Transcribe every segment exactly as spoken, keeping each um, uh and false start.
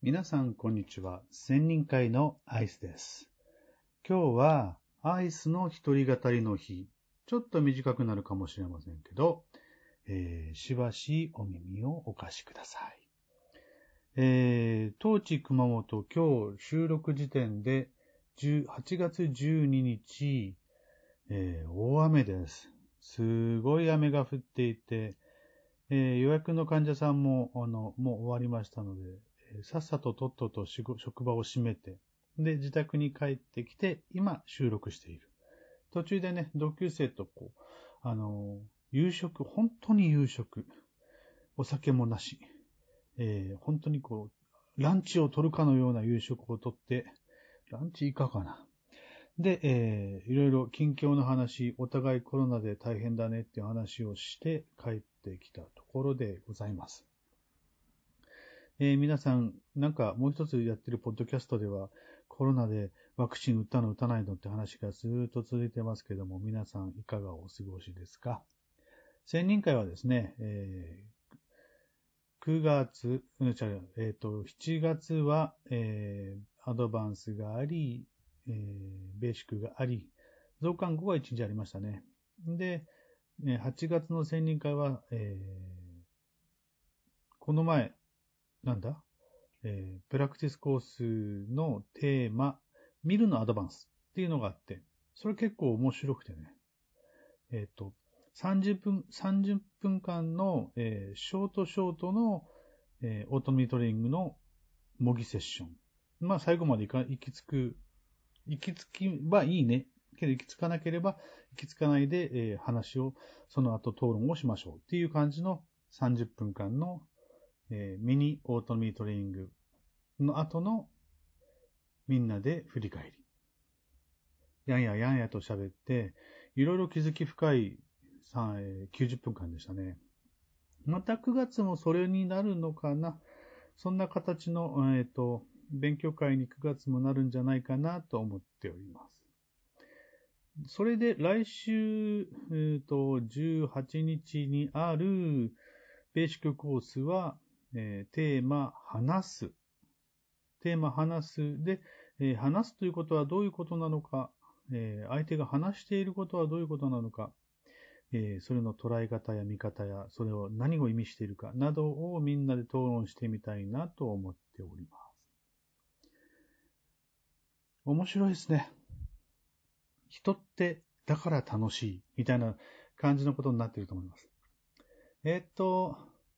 皆さん、こんにちは。千人会のアイスです。今日は、アイスの一人語りの日。ちょっと短くなるかもしれませんけど、えー、しばしお耳をお貸しください。えー、当地熊本、今日収録時点ではちがつじゅうににち、えー、大雨です。すごい雨が降っていて、えー、予約の患者さんも、あの、もう終わりましたので、さっさととっとと職場を閉めて、で、自宅に帰ってきて、今収録している。途中でね、同級生とこう、あの、夕食、本当に夕食、お酒もなし、えー、本当にこう、ランチを取るかのような夕食をとって、ランチいかがかな。で、えー、いろいろ近況の話、お互いコロナで大変だねっていう話をして帰ってきたところでございます。えー、皆さん、なんかもう一つやってるポッドキャストでは、コロナでワクチン打ったの打たないのって話がずーっと続いてますけども、皆さんいかがお過ごしですか？千人会はですね、えー、くがつ、うん、違う、えっと、しちがつは、えー、アドバンスがあり、えー、ベーシックがあり、増刊後がいちにちありましたね。で、はちがつの千人会は、えー、この前、なんだえー、プラクティスコースのテーマ、見るのアドバンスっていうのがあって、それ結構面白くてね。えっと、さんじゅっぷん、さんじゅっぷんかんの、えー、ショートショートの、えー、オートミートレーニングの模擬セッション。まあ最後まで行か行き着く、行き着きばいいね。けど行き着かなければ行き着かないで、えー、話を、その後討論をしましょうっていう感じのさんじゅっぷんかんの、えー、ミニオートミートレーニングの後のみんなで振り返り。やんややんやと喋って、いろいろ気づき深いきゅうじゅっぷんかんでしたね。またくがつもそれになるのかな。そんな形の、えっと、勉強会にくがつもなるんじゃないかなと思っております。それで来週、えっと、じゅうはちにちにあるベーシックコースは、えー、テーマ話す。テーマ話すで、えー、話すということはどういうことなのか、えー、相手が話していることはどういうことなのか、えー、それの捉え方や見方や、それを何を意味しているかなどをみんなで討論してみたいなと思っております。面白いですね。人ってだから楽しいみたいな感じのことになっていると思います。えー、っと、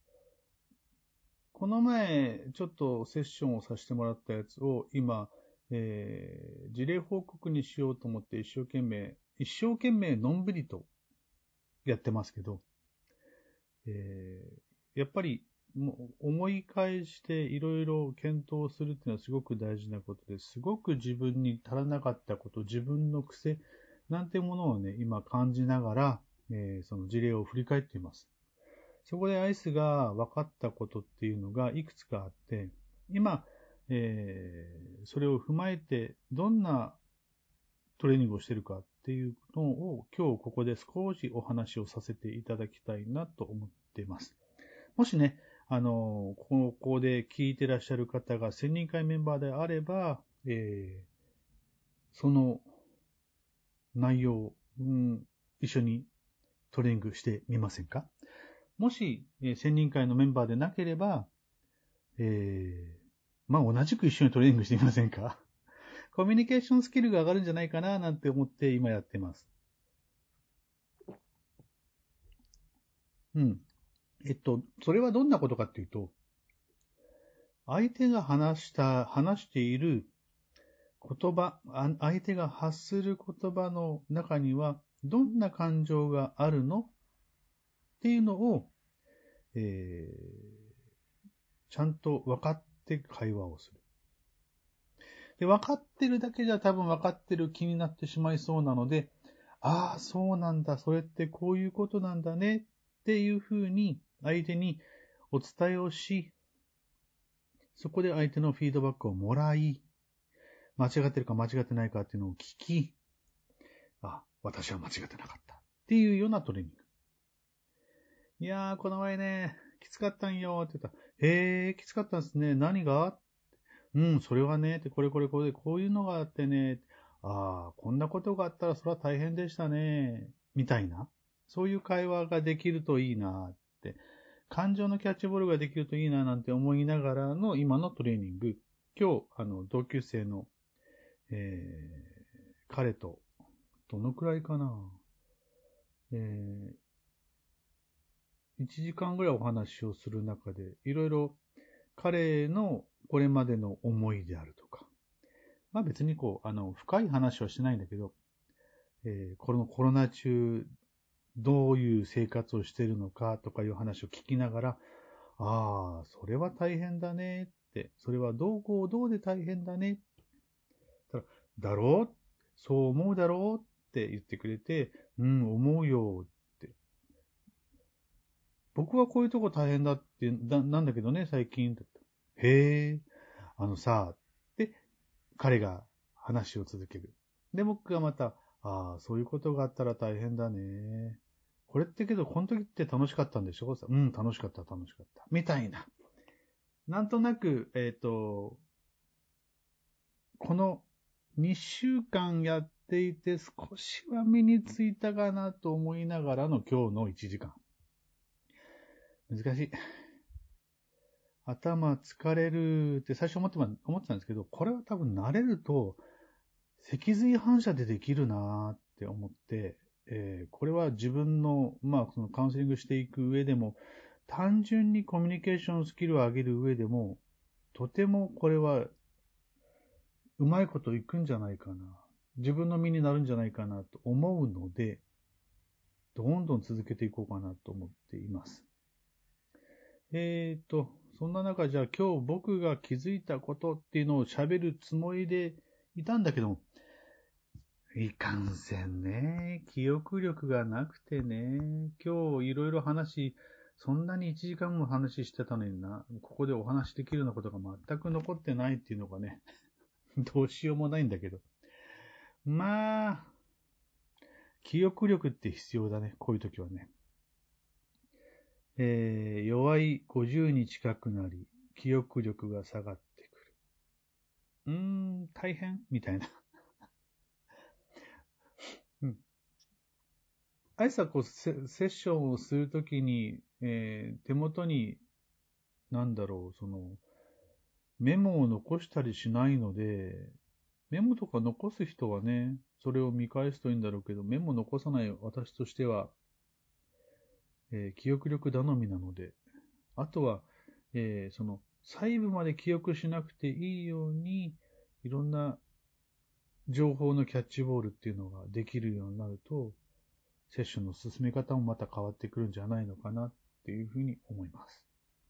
この前ちょっとセッションをさせてもらったやつを今、えー、事例報告にしようと思って一生懸命、一生懸命のんびりとやってますけど、えー、やっぱり思い返していろいろ検討するっていうのはすごく大事なことです。すごく自分に足らなかったこと、自分の癖なんてものをね、今感じながら、えー、その事例を振り返っています。そこでアイスが分かったことっていうのがいくつかあって、今、えー、それを踏まえてどんなトレーニングをしているかっていうのを今日ここで少しお話をさせていただきたいなと思っています。もしね、あの、ここで聞いてらっしゃる方が千人会メンバーであれば、えー、その内容、うん、一緒にトレーニングしてみませんか？もし、えー、千人会のメンバーでなければ、えー、まあ同じく一緒にトレーニングしてみませんか？コミュニケーションスキルが上がるんじゃないかななんて思って今やってます。うん。えっと、それはどんなことかっていうと、相手が話した、話している言葉、相手が発する言葉の中にはどんな感情があるのっていうのを、えー、ちゃんと分かって会話をする。で、分かってるだけじゃ多分分かってる気になってしまいそうなので、ああ、そうなんだ、それってこういうことなんだねっていうふうに相手にお伝えをし、そこで相手のフィードバックをもらい、間違ってるか間違ってないかっていうのを聞き、あ、私は間違ってなかったっていうようなトレーニング。いやー、この前ね、きつかったんよって言ったら、へー、きつかったんですね。何が？ うん、それはね、ってこれこれこれでこういうのがあってね、ああ、こんなことがあったらそれは大変でしたね、みたいな。そういう会話ができるといいなって。感情のキャッチボールができるといいななんて思いながらの今のトレーニング。今日、あの、同級生の、えー、彼と、どのくらいかな、えー、いちじかんぐらいお話をする中で、いろいろ彼のこれまでの思いであるとか、まあ別にこう、あの、深い話はしてないんだけど、えー、このコロナ中、どういう生活をしているのかとかいう話を聞きながら、ああ、それは大変だねって、それはどうこうどうで大変だね。だだろうそう思うだろうって言ってくれて、うん、思うよって。僕はこういうとこ大変だってな、なんだけどね、最近。へえ、あのさ、で、彼が話を続ける。で、僕がまた、ああ、そういうことがあったら大変だね。これってけど、この時って楽しかったんでしょ？うん、楽しかった、楽しかった。みたいな。なんとなく、えっと、このにしゅうかんやっていて少しは身についたかなと思いながらの今日のいちじかん。難しい。頭疲れるって最初思って思ってたんですけど、これは多分慣れると脊髄反射でできるなーって思って、えー、これは自分の、まあ、そのカウンセリングしていく上でも、単純にコミュニケーションスキルを上げる上でも、とてもこれはうまいこといくんじゃないかな。自分の身になるんじゃないかなと思うので、どんどん続けていこうかなと思っています。えーと、そんな中、じゃあ今日僕が気づいたことっていうのを喋るつもりでいたんだけども、いかんせんね。記憶力がなくてね。今日いろいろ話、そんなにいちじかんも話してたのにな。ここでお話できるようなことが全く残ってないっていうのがね、どうしようもないんだけど。まあ、記憶力って必要だね。こういう時はね。えー、弱いごじゅうに近くなり、記憶力が下がってくる。うーん、大変みたいな。うん。あいさこうセ、セッションをするときに、えー、手元に、なんだろう、その、メモを残したりしないので、メモとか残す人はね、それを見返すといいんだろうけど、メモ残さない私としては、えー記憶力頼みなので、あとは、えーその、細部まで記憶しなくていいように、いろんな情報のキャッチボールっていうのができるようになると、セッションの進め方もまた変わってくるんじゃないのかなっていうふうに思います。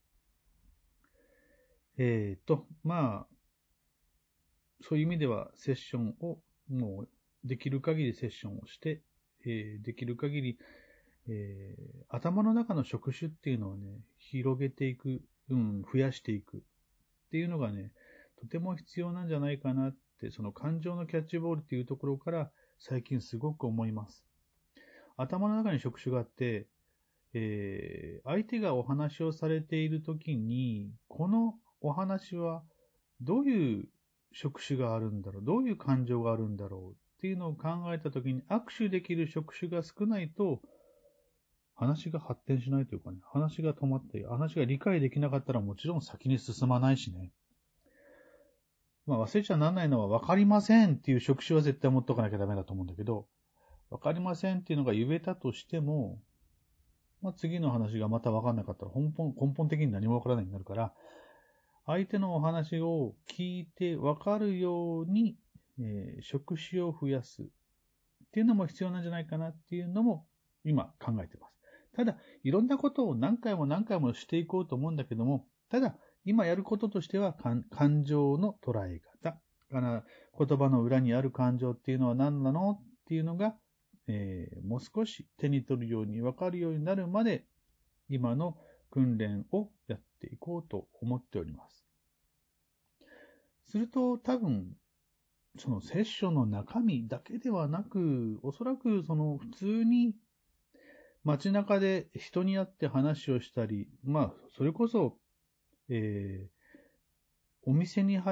えーと、まあ、そういう意味ではセッションをもうできる限りセッションをして、えーできる限り、えー頭の中の触手っていうのをね、広げていく、うん、増やしていくっていうのがね、とても必要なんじゃないかなって、その感情のキャッチボールっていうところから最近すごく思います。頭の中に触手があって、えー相手がお話をされているときに、このお話はどういう触手があるんだろう、どういう感情があるんだろうっていうのを考えたときに、握手できる触手が少ないと、話が発展しないというかね、話が止まって、話が理解できなかったらもちろん先に進まないしね。まあ忘れちゃならないのは分かりませんっていう触手は絶対持っとかなきゃダメだと思うんだけど、分かりませんっていうのが言えたとしても、まあ、次の話がまた分かんなかったら根本根本的に何も分からないようになるから、相手のお話を聞いて分かるように、えー、触手を増やすっていうのも必要なんじゃないかなっていうのも今考えています。ただ、いろんなことを何回も何回もしていこうと思うんだけども、ただ、今やることとしては感情の捉え方。言葉の裏にある感情っていうのは何なのっていうのが、えー、もう少し手に取るように分かるようになるまで、今の訓練をやっていこうと思っております。すると多分、そのセッションの中身だけではなく、おそらくその普通に街中で人に会って話をしたり、まあ、それこそ、えー、お店に入っ 、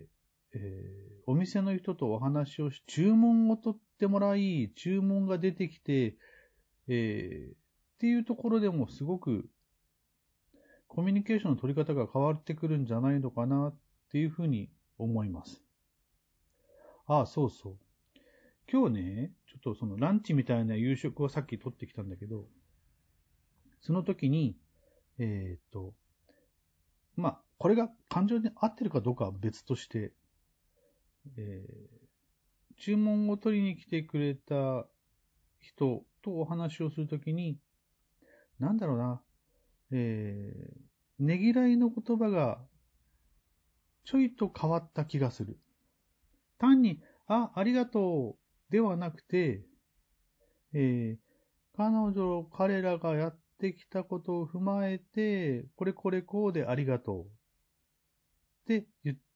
えー、お店の人とお話をし、注文を取ってもらい、注文が出てきて、えー、っていうところでもすごくコミュニケーションの取り方が変わってくるんじゃないのかなっていうふうに思います。ああ、そうそう。今日ね、ちょっとそのランチみたいな夕食をさっき取ってきたんだけど、その時に、えー、っと、まあ、これが感情に合ってるかどうかは別として、えー、注文を取りに来てくれた人とお話をするときに、なんだろうな、えー、ねぎらいの言葉がちょいと変わった気がする。単に、あ、ありがとうではなくて、えー、彼女、彼らがやってきたことを踏まえて、これこれこうでありがとうって言って、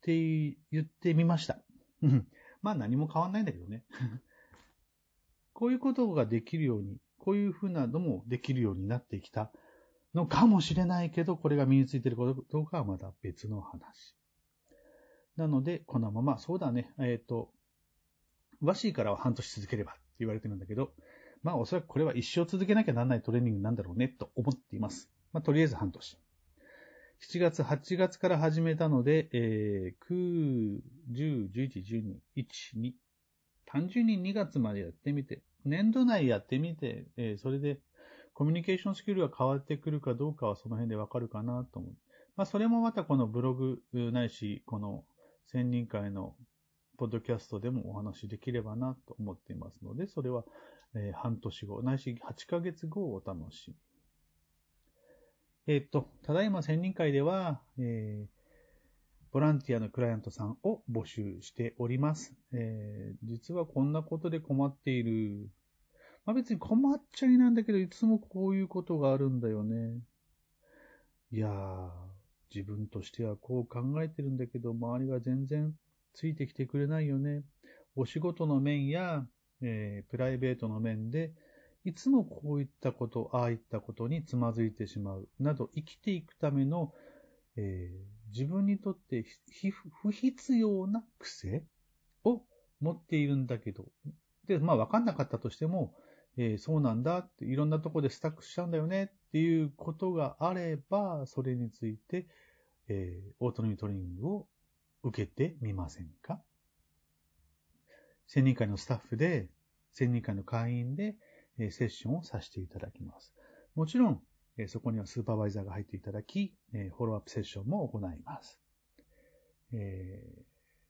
言ってみました。まあ何も変わんないんだけどね。こういうことができるように、こういうふうなのもできるようになってきたのかもしれないけど、これが身についていることどうかはまた別の話。なので、このまま、そうだね、えっと、ワシーからは半年続ければって言われてるんだけど、まあおそらくこれは一生続けなきゃならないトレーニングなんだろうねと思っています。まあとりあえず半年。しちがつ、はちがつから始めたので、えー、く、じゅう、じゅういち、じゅうに、いち、に、単純ににがつまでやってみて、年度内やってみて、えー、それでコミュニケーションスキルが変わってくるかどうかはその辺でわかるかなと思う。まあそれもまたこのブログないし、この専任会のポッドキャストでもお話しできればなと思っていますので、それは、えー、半年後、ないしはちかげつごをお楽しみ。えっと、ただいま専任会では、えー、ボランティアのクライアントさんを募集しております。えー、実はこんなことで困っている。まあ別に困っちゃいなんだけど、いつもこういうことがあるんだよね。いやー、自分としてはこう考えてるんだけど、周りが全然ついてきてくれないよね。お仕事の面や、えー、プライベートの面で、いつもこういったこと、ああいったことにつまずいてしまう。など、生きていくための、えー、自分にとって不必要な癖を持っているんだけど、で、まあ分かんなかったとしても、えー、そうなんだって、いろんなところでスタックしちゃうんだよねっていうことがあれば、それについて、えー、オートノミートレーニングを受けてみませんか？専任会のスタッフで、専任会の会員で、えー、セッションをさせていただきます。もちろん、えー、そこにはスーパーバイザーが入っていただき、えー、フォローアップセッションも行います。えー、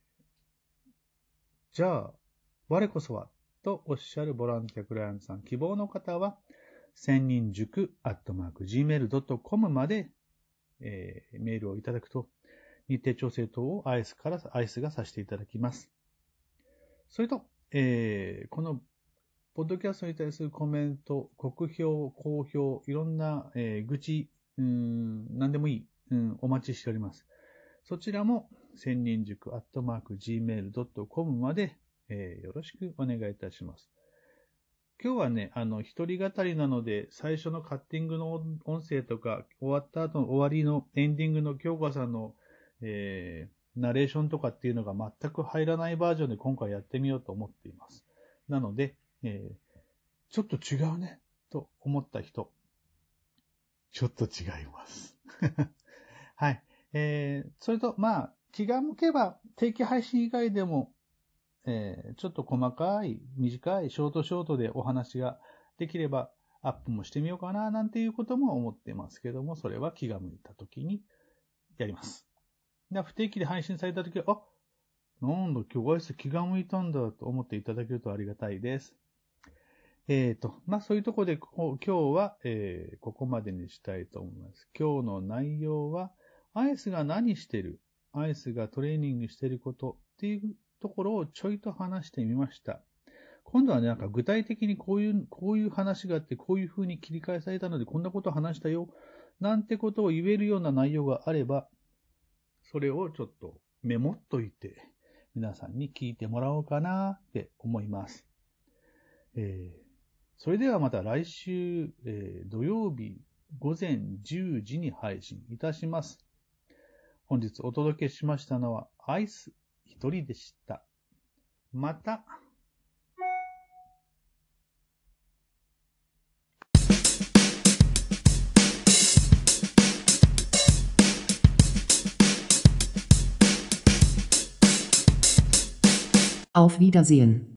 じゃあ、我こそはとおっしゃるボランティアクライアントさん、希望の方は、専任塾アットマーク ジーメールドットコム まで、えー、メールをいただくと、日程調整等をアイスから、アイスがさせていただきます。それと、えー、この、ポッドキャストに対するコメント、酷評、好評、いろんな、えー、愚痴、うーん、何でもいい、うん、お待ちしております。そちらも、専任塾アットマーク ジーメールドットコム まで、えー、よろしくお願いいたします。今日はね、あの、一人語りなので、最初のカッティングの音声とか、終わった後の終わりのエンディングの京子さんの、えー、ナレーションとかっていうのが全く入らないバージョンで今回やってみようと思っています。なので、えー、ちょっと違うね、と思った人、ちょっと違います。はい。えー、それと、まあ、気が向けば定期配信以外でも、えー、ちょっと細かい、短い、ショートショートでお話ができればアップもしてみようかな、なんていうことも思ってますけども、それは気が向いたときにやります。で不定期で配信されたときは、あ、なんだ、今日アイス気が向いたんだと思っていただけるとありがたいです。えっと、まあ、そういうところで、今日は、えー、ここまでにしたいと思います。今日の内容は、アイスが何してる、アイスがトレーニングしてることっていうところをちょいと話してみました。今度はね、なんか具体的にこういう、こういう話があって、こういう風に切り替えされたので、こんなことを話したよ、なんてことを言えるような内容があれば、それをちょっとメモっといて、皆さんに聞いてもらおうかなって思います。えー、それではまた来週、えー、土曜日午前じゅうじに配信いたします。 本日お届けしましたのはアイス一人でした。また。 Auf Wiedersehen.